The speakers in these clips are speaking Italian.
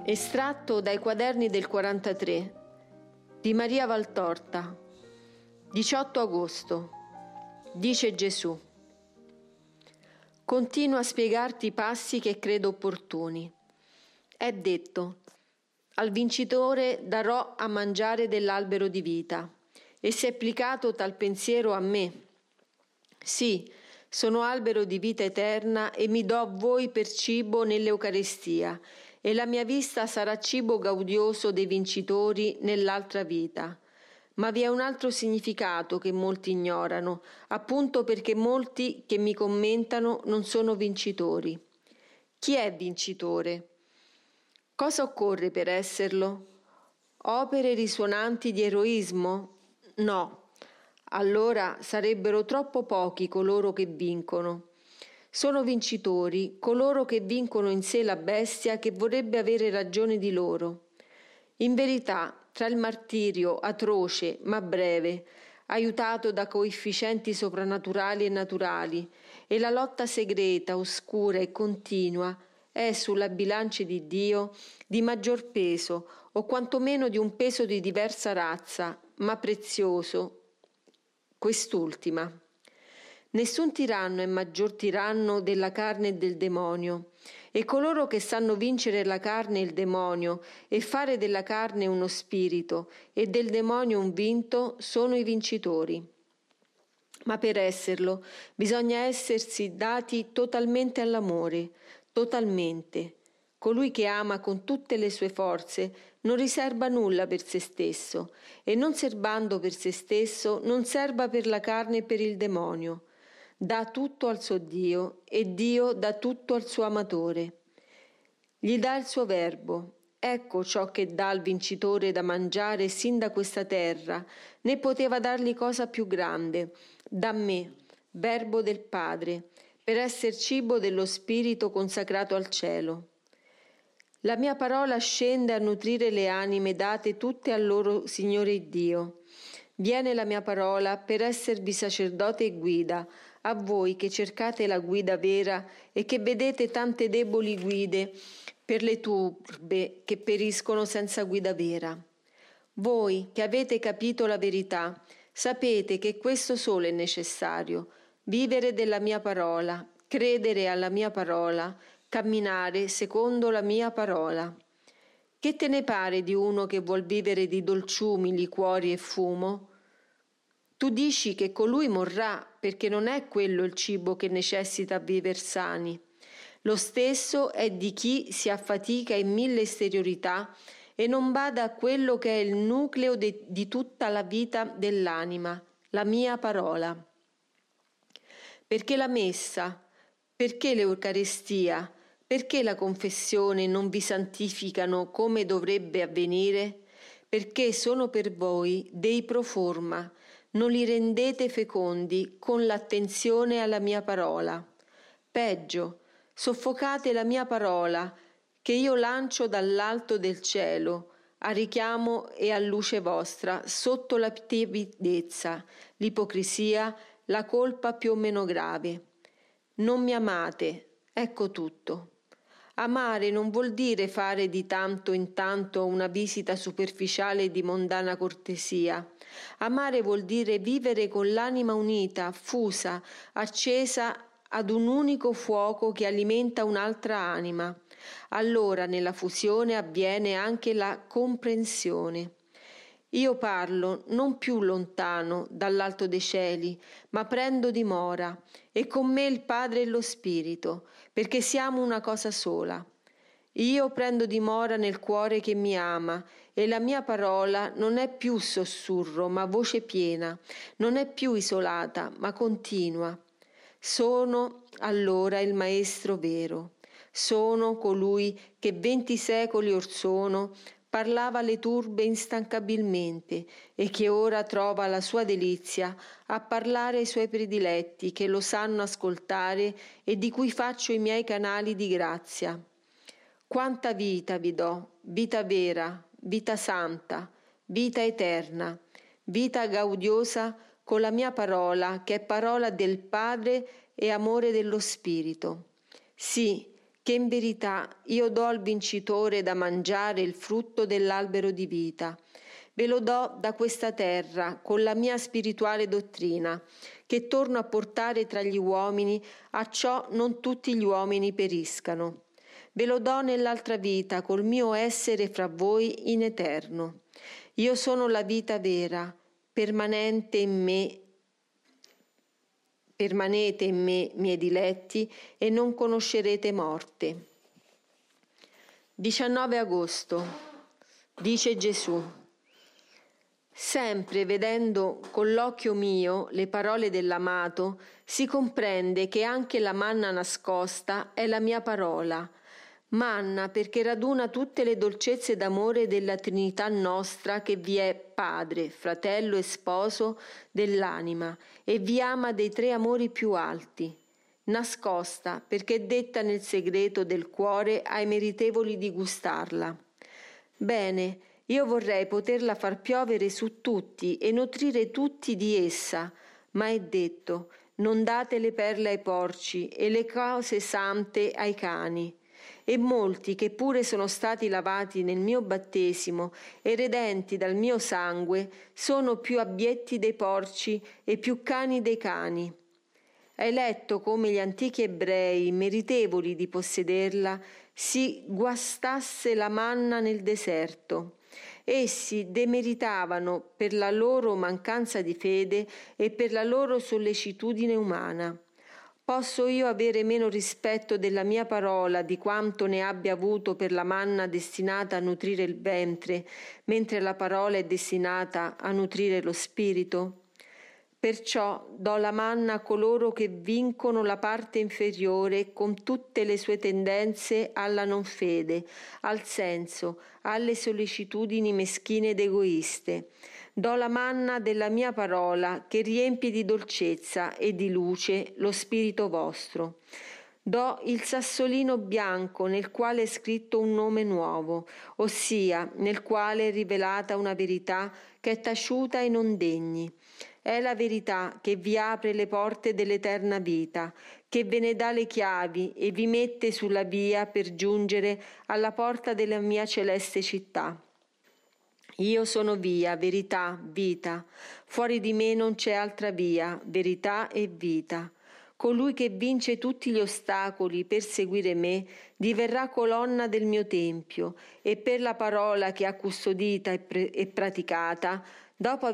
Estratto dai quaderni del 43 di Maria Valtorta, 18 agosto. Dice Gesù: continua a spiegarti i passi che credo opportuni. È detto: al vincitore darò a mangiare dell'albero di vita, e si è applicato tal pensiero a me. Sì, sono albero di vita eterna e mi do a voi per cibo nell'Eucaristia, e la mia vista sarà cibo gaudioso dei vincitori nell'altra vita. Ma vi è un altro significato che molti ignorano, appunto perché molti che mi commentano non sono vincitori. Chi è vincitore? Cosa occorre per esserlo? Opere risonanti di eroismo? No. Allora sarebbero troppo pochi coloro che vincono. Sono vincitori coloro che vincono in sé la bestia che vorrebbe avere ragione di loro. In verità, tra il martirio atroce ma breve, aiutato da coefficienti soprannaturali e naturali, e la lotta segreta, oscura e continua, è sulla bilancia di Dio di maggior peso, o quantomeno di un peso di diversa razza, ma prezioso, quest'ultima. Nessun tiranno è maggior tiranno della carne e del demonio, e coloro che sanno vincere la carne e il demonio e fare della carne uno spirito e del demonio un vinto sono i vincitori. Ma per esserlo bisogna essersi dati totalmente all'amore, totalmente. Colui che ama con tutte le sue forze non riserba nulla per se stesso, e non serbando per se stesso non serba per la carne e per il demonio. Dà tutto al suo Dio, e Dio dà tutto al suo amatore. Gli dà il suo verbo. Ecco ciò che dà al vincitore da mangiare sin da questa terra, né poteva dargli cosa più grande. Da me, verbo del Padre, per esser cibo dello Spirito consacrato al cielo. La mia parola scende a nutrire le anime date tutte al loro Signore Dio. Viene la mia parola per esservi sacerdote e guida, a voi che cercate la guida vera e che vedete tante deboli guide per le turbe che periscono senza guida vera. Voi che avete capito la verità, sapete che questo solo è necessario: vivere della mia parola, credere alla mia parola, camminare secondo la mia parola. Che te ne pare di uno che vuol vivere di dolciumi, liquori e fumo? Tu dici che colui morrà perché non è quello il cibo che necessita a viver sani. Lo stesso è di chi si affatica in mille esteriorità e non bada a quello che è il nucleo di tutta la vita dell'anima, la mia parola. Perché la messa, perché l'Eucaristia, perché la confessione non vi santificano come dovrebbe avvenire? Perché sono per voi dei pro forma, non li rendete fecondi con l'attenzione alla mia parola. Peggio, soffocate la mia parola, che io lancio dall'alto del cielo, a richiamo e a luce vostra, sotto la tiepidezza, l'ipocrisia, la colpa più o meno grave. Non mi amate, ecco tutto. Amare non vuol dire fare di tanto in tanto una visita superficiale di mondana cortesia. Amare vuol dire vivere con l'anima unita, fusa, accesa ad un unico fuoco che alimenta un'altra anima. Allora nella fusione avviene anche la comprensione. Io parlo non più lontano dall'alto dei cieli, ma prendo dimora, e con me il Padre e lo Spirito, perché siamo una cosa sola. Io prendo dimora nel cuore che mi ama, e la mia parola non è più sussurro, ma voce piena, non è più isolata, ma continua. Sono allora il Maestro vero. Sono colui che 20 secoli or sono parlava alle turbe instancabilmente e che ora trova la sua delizia a parlare ai suoi prediletti che lo sanno ascoltare e di cui faccio i miei canali di grazia. Quanta vita vi do, vita vera, vita santa, vita eterna, vita gaudiosa con la mia parola, che è parola del Padre e amore dello Spirito. Sì, che in verità io do al vincitore da mangiare il frutto dell'albero di vita. Ve lo do da questa terra con la mia spirituale dottrina, che torno a portare tra gli uomini, acciò non tutti gli uomini periscano. Ve lo do nell'altra vita col mio essere fra voi in eterno. Io sono la vita vera, permanente in me. Permanete in me, miei diletti, e non conoscerete morte. 19 agosto. Dice Gesù: sempre vedendo con l'occhio mio le parole dell'amato, si comprende che anche la manna nascosta è la mia parola. Manna perché raduna tutte le dolcezze d'amore della Trinità nostra che vi è Padre, Fratello e Sposo dell'anima e vi ama dei tre amori più alti. Nascosta perché è detta nel segreto del cuore ai meritevoli di gustarla. Bene, io vorrei poterla far piovere su tutti e nutrire tutti di essa, ma è detto: non date le perle ai porci e le cose sante ai cani. E molti che pure sono stati lavati nel mio battesimo e redenti dal mio sangue sono più abbietti dei porci e più cani dei cani. Hai letto come gli antichi ebrei, meritevoli di possederla, si guastasse la manna nel deserto. Essi demeritavano per la loro mancanza di fede e per la loro sollecitudine umana. Posso io avere meno rispetto della mia parola di quanto ne abbia avuto per la manna destinata a nutrire il ventre, mentre la parola è destinata a nutrire lo spirito? Perciò do la manna a coloro che vincono la parte inferiore con tutte le sue tendenze alla non fede, al senso, alle sollecitudini meschine ed egoiste. Do la manna della mia parola che riempie di dolcezza e di luce lo spirito vostro. Do il sassolino bianco nel quale è scritto un nome nuovo, ossia nel quale è rivelata una verità che è taciuta ai non degni. È la verità che vi apre le porte dell'eterna vita, che ve ne dà le chiavi e vi mette sulla via per giungere alla porta della mia celeste città. Io sono via, verità, vita. Fuori di me non c'è altra via, verità e vita. Colui che vince tutti gli ostacoli per seguire me diverrà colonna del mio tempio e per la parola che ha custodita e praticata, dopo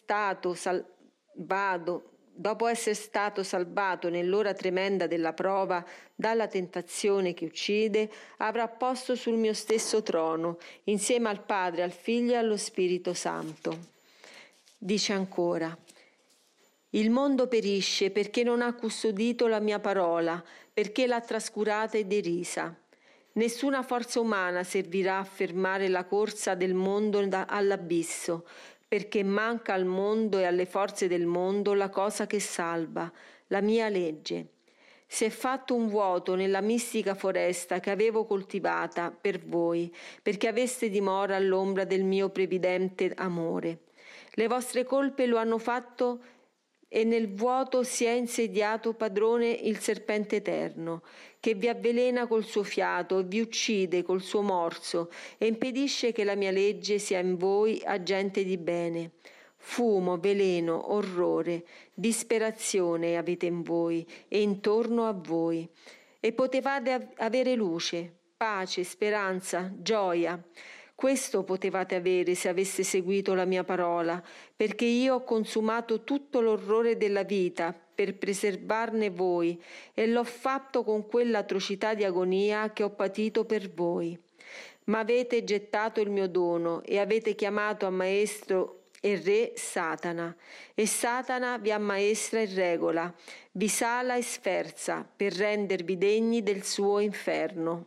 essere stato salvato nell'ora tremenda della prova dalla tentazione che uccide, avrà posto sul mio stesso trono, insieme al Padre, al Figlio e allo Spirito Santo. Dice ancora: il mondo perisce perché non ha custodito la mia parola, perché l'ha trascurata e derisa. Nessuna forza umana servirà a fermare la corsa del mondo all'abisso, perché manca al mondo e alle forze del mondo la cosa che salva, la mia legge. Si è fatto un vuoto nella mistica foresta che avevo coltivata per voi, perché aveste dimora all'ombra del mio previdente amore. Le vostre colpe lo hanno fatto e nel vuoto si è insediato padrone il serpente eterno, che vi avvelena col suo fiato e vi uccide col suo morso e impedisce che la mia legge sia in voi agente di bene. Fumo, veleno, orrore, disperazione avete in voi e intorno a voi. E potevate avere luce, pace, speranza, gioia. Questo potevate avere se aveste seguito la mia parola, perché io ho consumato tutto l'orrore della vita per preservarne voi e l'ho fatto con quell'atrocità di agonia che ho patito per voi. Ma avete gettato il mio dono e avete chiamato a maestro e re Satana, e Satana vi ammaestra e regola, vi sala e sferza per rendervi degni del suo inferno.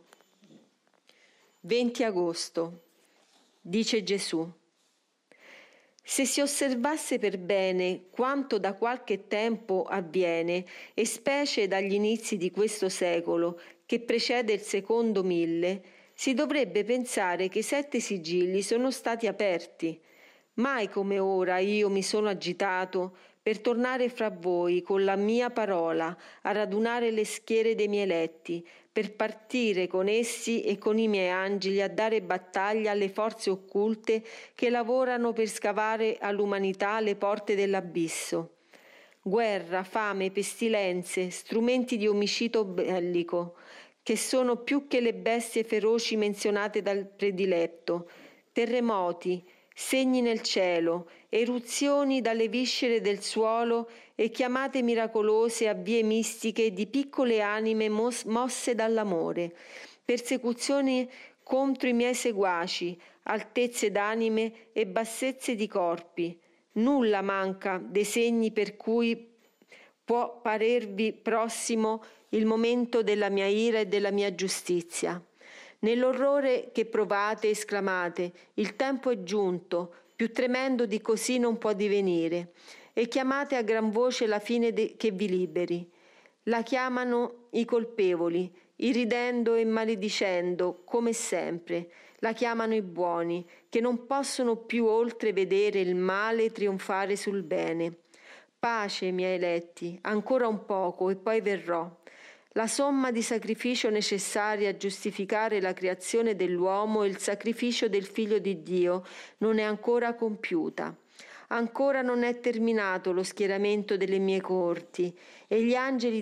20 agosto. Dice Gesù: se si osservasse per bene quanto da qualche tempo avviene, e specie dagli inizi di questo secolo, che precede il secondo 1000, si dovrebbe pensare che 7 sigilli sono stati aperti. Mai come ora io mi sono agitato per tornare fra voi con la mia parola a radunare le schiere dei miei eletti, per partire con essi e con i miei angeli a dare battaglia alle forze occulte che lavorano per scavare all'umanità le porte dell'abisso. Guerra, fame, pestilenze, strumenti di omicidio bellico, che sono più che le bestie feroci menzionate dal prediletto, terremoti, segni nel cielo, eruzioni dalle viscere del suolo e chiamate miracolose a vie mistiche di piccole anime mosse dall'amore, persecuzioni contro i miei seguaci, altezze d'anime e bassezze di corpi. Nulla manca dei segni per cui può parervi prossimo il momento della mia ira e della mia giustizia. Nell'orrore che provate esclamate: il tempo è giunto, più tremendo di così non può divenire, e chiamate a gran voce la fine che vi liberi. La chiamano i colpevoli, irridendo e maledicendo, come sempre. La chiamano i buoni, che non possono più oltre vedere il male trionfare sul bene. Pace, miei eletti, ancora un poco e poi verrò. La somma di sacrificio necessaria a giustificare la creazione dell'uomo e il sacrificio del Figlio di Dio non è ancora compiuta. Ancora non è terminato lo schieramento delle mie corti e gli angeli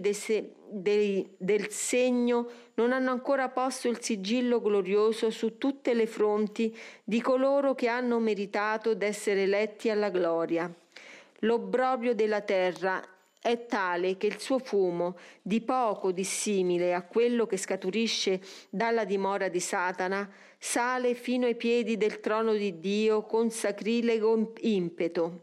del segno non hanno ancora posto il sigillo glorioso su tutte le fronti di coloro che hanno meritato d'essere eletti alla gloria. L'obbrobrio della terra è tale che il suo fumo, di poco dissimile a quello che scaturisce dalla dimora di Satana, sale fino ai piedi del trono di Dio con sacrilego impeto.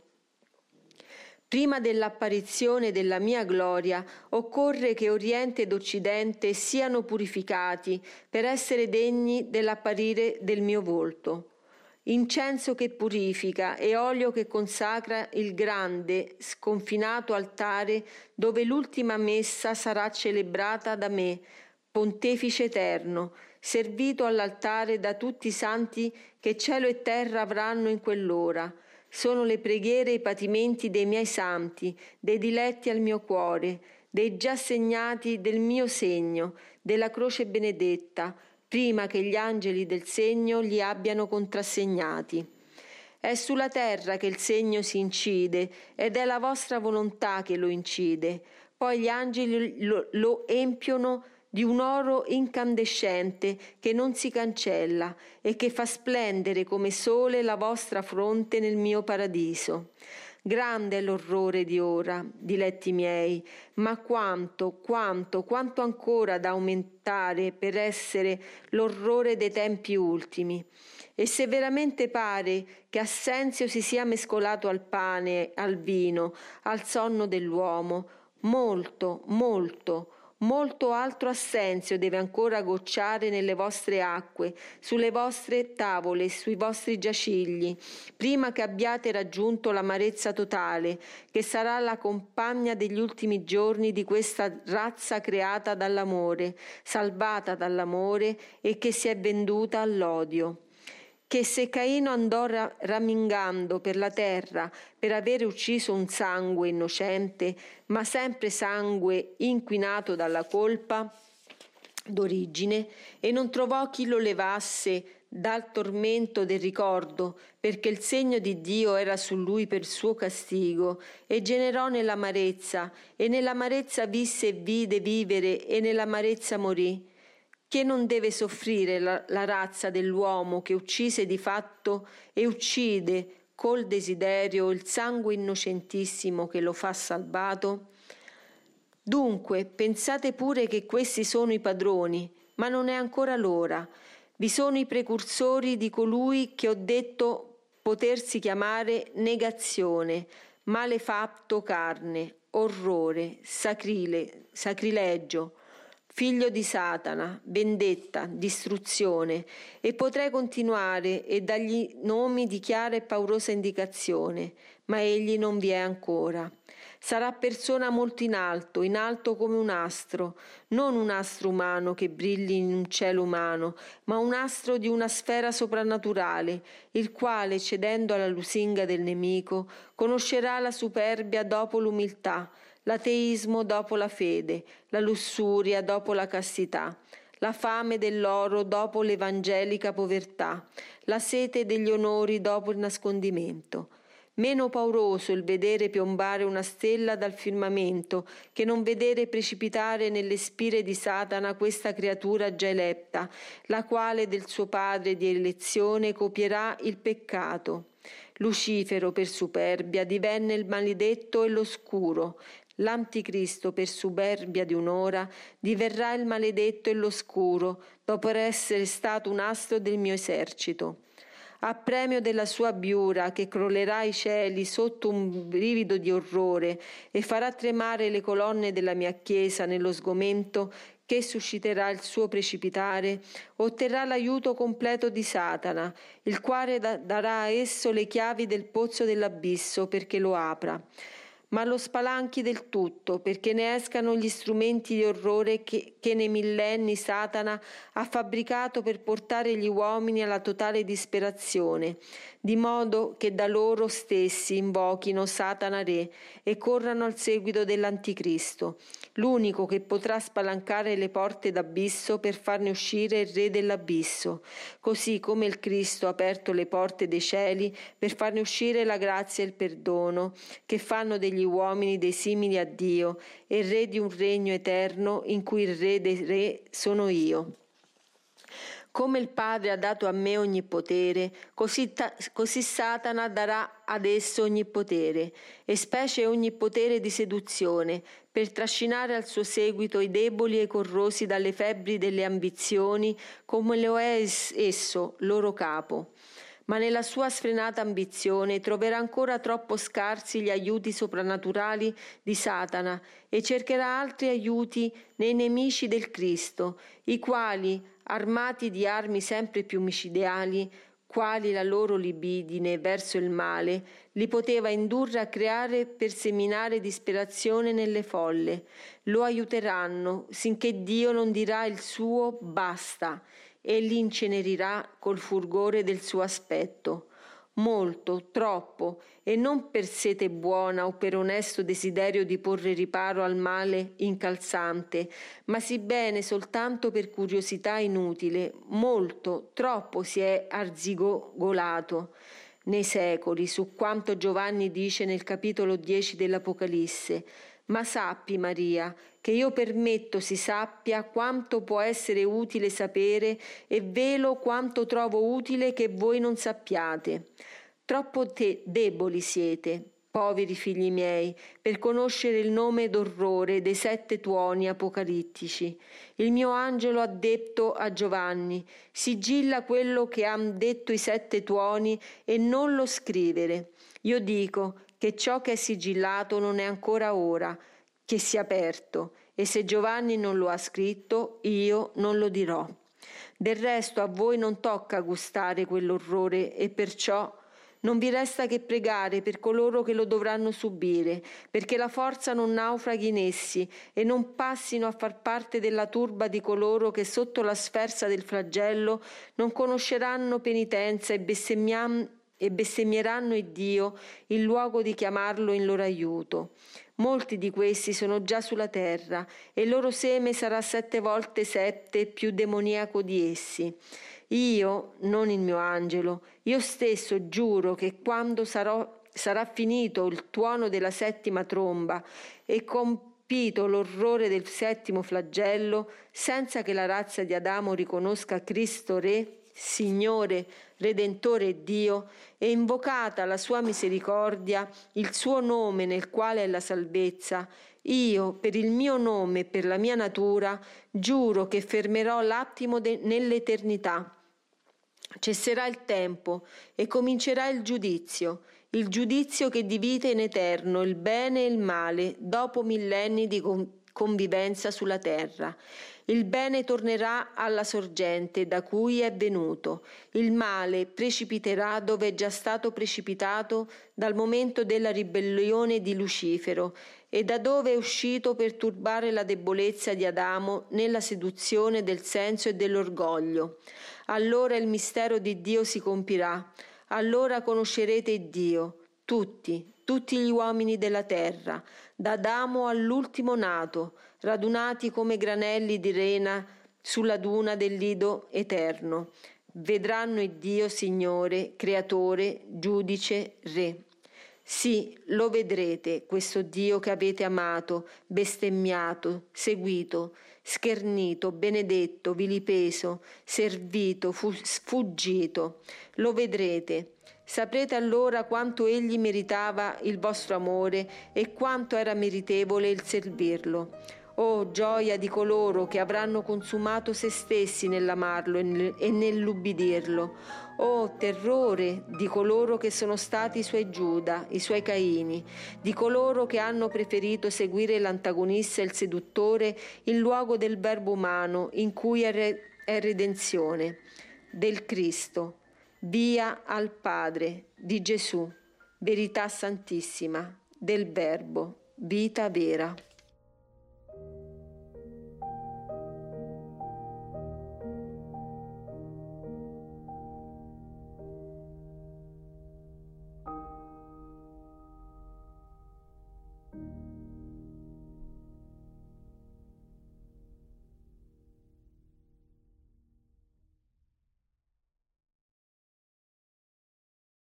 Prima dell'apparizione della mia gloria, occorre che Oriente ed Occidente siano purificati per essere degni dell'apparire del mio volto. Incenso che purifica e olio che consacra il grande, sconfinato altare dove l'ultima messa sarà celebrata da me, Pontefice eterno, servito all'altare da tutti i santi che cielo e terra avranno in quell'ora. Sono le preghiere e i patimenti dei miei santi, dei diletti al mio cuore, dei già segnati del mio segno, della croce benedetta, prima che gli angeli del segno li abbiano contrassegnati. È sulla terra che il segno si incide ed è la vostra volontà che lo incide. Poi gli angeli lo empiono di un oro incandescente che non si cancella e che fa splendere come sole la vostra fronte nel mio paradiso. Grande è l'orrore di ora, diletti miei, ma quanto ancora da aumentare per essere l'orrore dei tempi ultimi. E se veramente pare che Assenzio si sia mescolato al pane, al vino, al sonno dell'uomo, molto altro Assenzio deve ancora gocciare nelle vostre acque, sulle vostre tavole, sui vostri giacigli, prima che abbiate raggiunto l'amarezza totale, che sarà la compagna degli ultimi giorni di questa razza creata dall'amore, salvata dall'amore e che si è venduta all'odio. Che se Caino andò ramingando per la terra per avere ucciso un sangue innocente, ma sempre sangue inquinato dalla colpa d'origine, e non trovò chi lo levasse dal tormento del ricordo, perché il segno di Dio era su lui per suo castigo, e generò nell'amarezza, e nell'amarezza visse e vide vivere, e nell'amarezza morì. Che non deve soffrire la razza dell'uomo che uccise di fatto e uccide col desiderio il sangue innocentissimo che lo fa salvato? Dunque, pensate pure che questi sono i padroni, ma non è ancora l'ora. Vi sono i precursori di colui che ho detto potersi chiamare negazione, malefatto carne, orrore, sacrilegio, figlio di Satana, vendetta, distruzione, e potrei continuare e dargli nomi di chiara e paurosa indicazione, ma egli non vi è ancora. Sarà persona molto in alto come un astro, non un astro umano che brilli in un cielo umano, ma un astro di una sfera soprannaturale, il quale, cedendo alla lusinga del nemico, conoscerà la superbia dopo l'umiltà, l'ateismo dopo la fede, la lussuria dopo la castità, la fame dell'oro dopo l'evangelica povertà, la sete degli onori dopo il nascondimento. Meno pauroso il vedere piombare una stella dal firmamento che non vedere precipitare nelle spire di Satana questa creatura già eletta, la quale del suo padre di elezione copierà il peccato. Lucifero per superbia divenne il maledetto e l'oscuro. L'Anticristo per superbia di un'ora diverrà il maledetto e l'oscuro dopo essere stato un astro del mio esercito. A premio della sua biura che crollerà i cieli sotto un brivido di orrore e farà tremare le colonne della mia chiesa nello sgomento che susciterà il suo precipitare, otterrà l'aiuto completo di Satana, il quale darà a esso le chiavi del pozzo dell'abisso perché lo apra. Ma lo spalanchi del tutto, perché ne escano gli strumenti di orrore che nei millenni Satana ha fabbricato per portare gli uomini alla totale disperazione, di modo che da loro stessi invochino Satana Re e corrano al seguito dell'Anticristo, l'unico che potrà spalancare le porte d'abisso per farne uscire il Re dell'abisso, così come il Cristo ha aperto le porte dei cieli per farne uscire la grazia e il perdono, che fanno degli uomini dei simili a Dio e Re di un regno eterno in cui il Re dei Re sono io. Come il Padre ha dato a me ogni potere, così Satana darà ad esso ogni potere, e specie ogni potere di seduzione, per trascinare al suo seguito i deboli e i corrosi dalle febbri delle ambizioni, come lo è esso, loro capo. Ma nella sua sfrenata ambizione troverà ancora troppo scarsi gli aiuti soprannaturali di Satana e cercherà altri aiuti nei nemici del Cristo, i quali, armati di armi sempre più micidiali, quali la loro libidine verso il male, li poteva indurre a creare per seminare disperazione nelle folle. Lo aiuteranno sinché Dio non dirà il suo basta e li incenerirà col fulgore del suo aspetto. Molto, troppo, e non per sete buona o per onesto desiderio di porre riparo al male incalzante, ma sì bene soltanto per curiosità inutile, molto, troppo si è arzigogolato nei secoli su quanto Giovanni dice nel capitolo 10 dell'Apocalisse. Ma sappi, Maria, che io permetto si sappia quanto può essere utile sapere e velo quanto trovo utile che voi non sappiate. Troppo deboli siete, poveri figli miei, per conoscere il nome d'orrore dei 7 tuoni apocalittici. Il mio angelo ha detto a Giovanni: sigilla quello che han detto i 7 tuoni e non lo scrivere. Io dico che ciò che è sigillato non è ancora ora che sia aperto, e se Giovanni non lo ha scritto, io non lo dirò. Del resto a voi non tocca gustare quell'orrore e perciò non vi resta che pregare per coloro che lo dovranno subire, perché la forza non naufraghi in essi e non passino a far parte della turba di coloro che sotto la sferza del flagello non conosceranno penitenza e bestemmieranno il Dio in luogo di chiamarlo in loro aiuto. Molti di questi sono già sulla terra e il loro seme sarà 7 volte 7 più demoniaco di essi. Io, non il mio angelo, io stesso giuro che quando sarà finito il tuono della 7ª tromba e compito l'orrore del 7° flagello, senza che la razza di Adamo riconosca Cristo Re, Signore, Redentore e Dio, e invocata la sua misericordia, il suo nome nel quale è la salvezza, io, per il mio nome e per la mia natura, giuro che fermerò l'attimo nell'eternità. Cesserà il tempo e comincerà il giudizio che divide in eterno il bene e il male, dopo millenni di convivenza sulla terra. Il bene tornerà alla sorgente da cui è venuto, il male precipiterà dove è già stato precipitato dal momento della ribellione di Lucifero e da dove è uscito per turbare la debolezza di Adamo nella seduzione del senso e dell'orgoglio. Allora il mistero di Dio si compirà, allora conoscerete Dio, tutti gli uomini della terra, da Adamo all'ultimo nato, radunati come granelli di rena sulla duna del lido eterno. Vedranno il Dio Signore, Creatore, Giudice, Re. Sì, lo vedrete, questo Dio che avete amato, bestemmiato, seguito, schernito, benedetto, vilipeso, servito, sfuggito. Lo vedrete. Saprete allora quanto egli meritava il vostro amore e quanto era meritevole il servirlo. Oh, gioia di coloro che avranno consumato se stessi nell'amarlo e nell'ubbidirlo. Oh, terrore di coloro che sono stati i suoi Giuda, i suoi Caini, di coloro che hanno preferito seguire l'antagonista e il seduttore in luogo del verbo umano in cui è redenzione, del Cristo. Via al Padre, di Gesù, verità santissima, del Verbo, vita vera.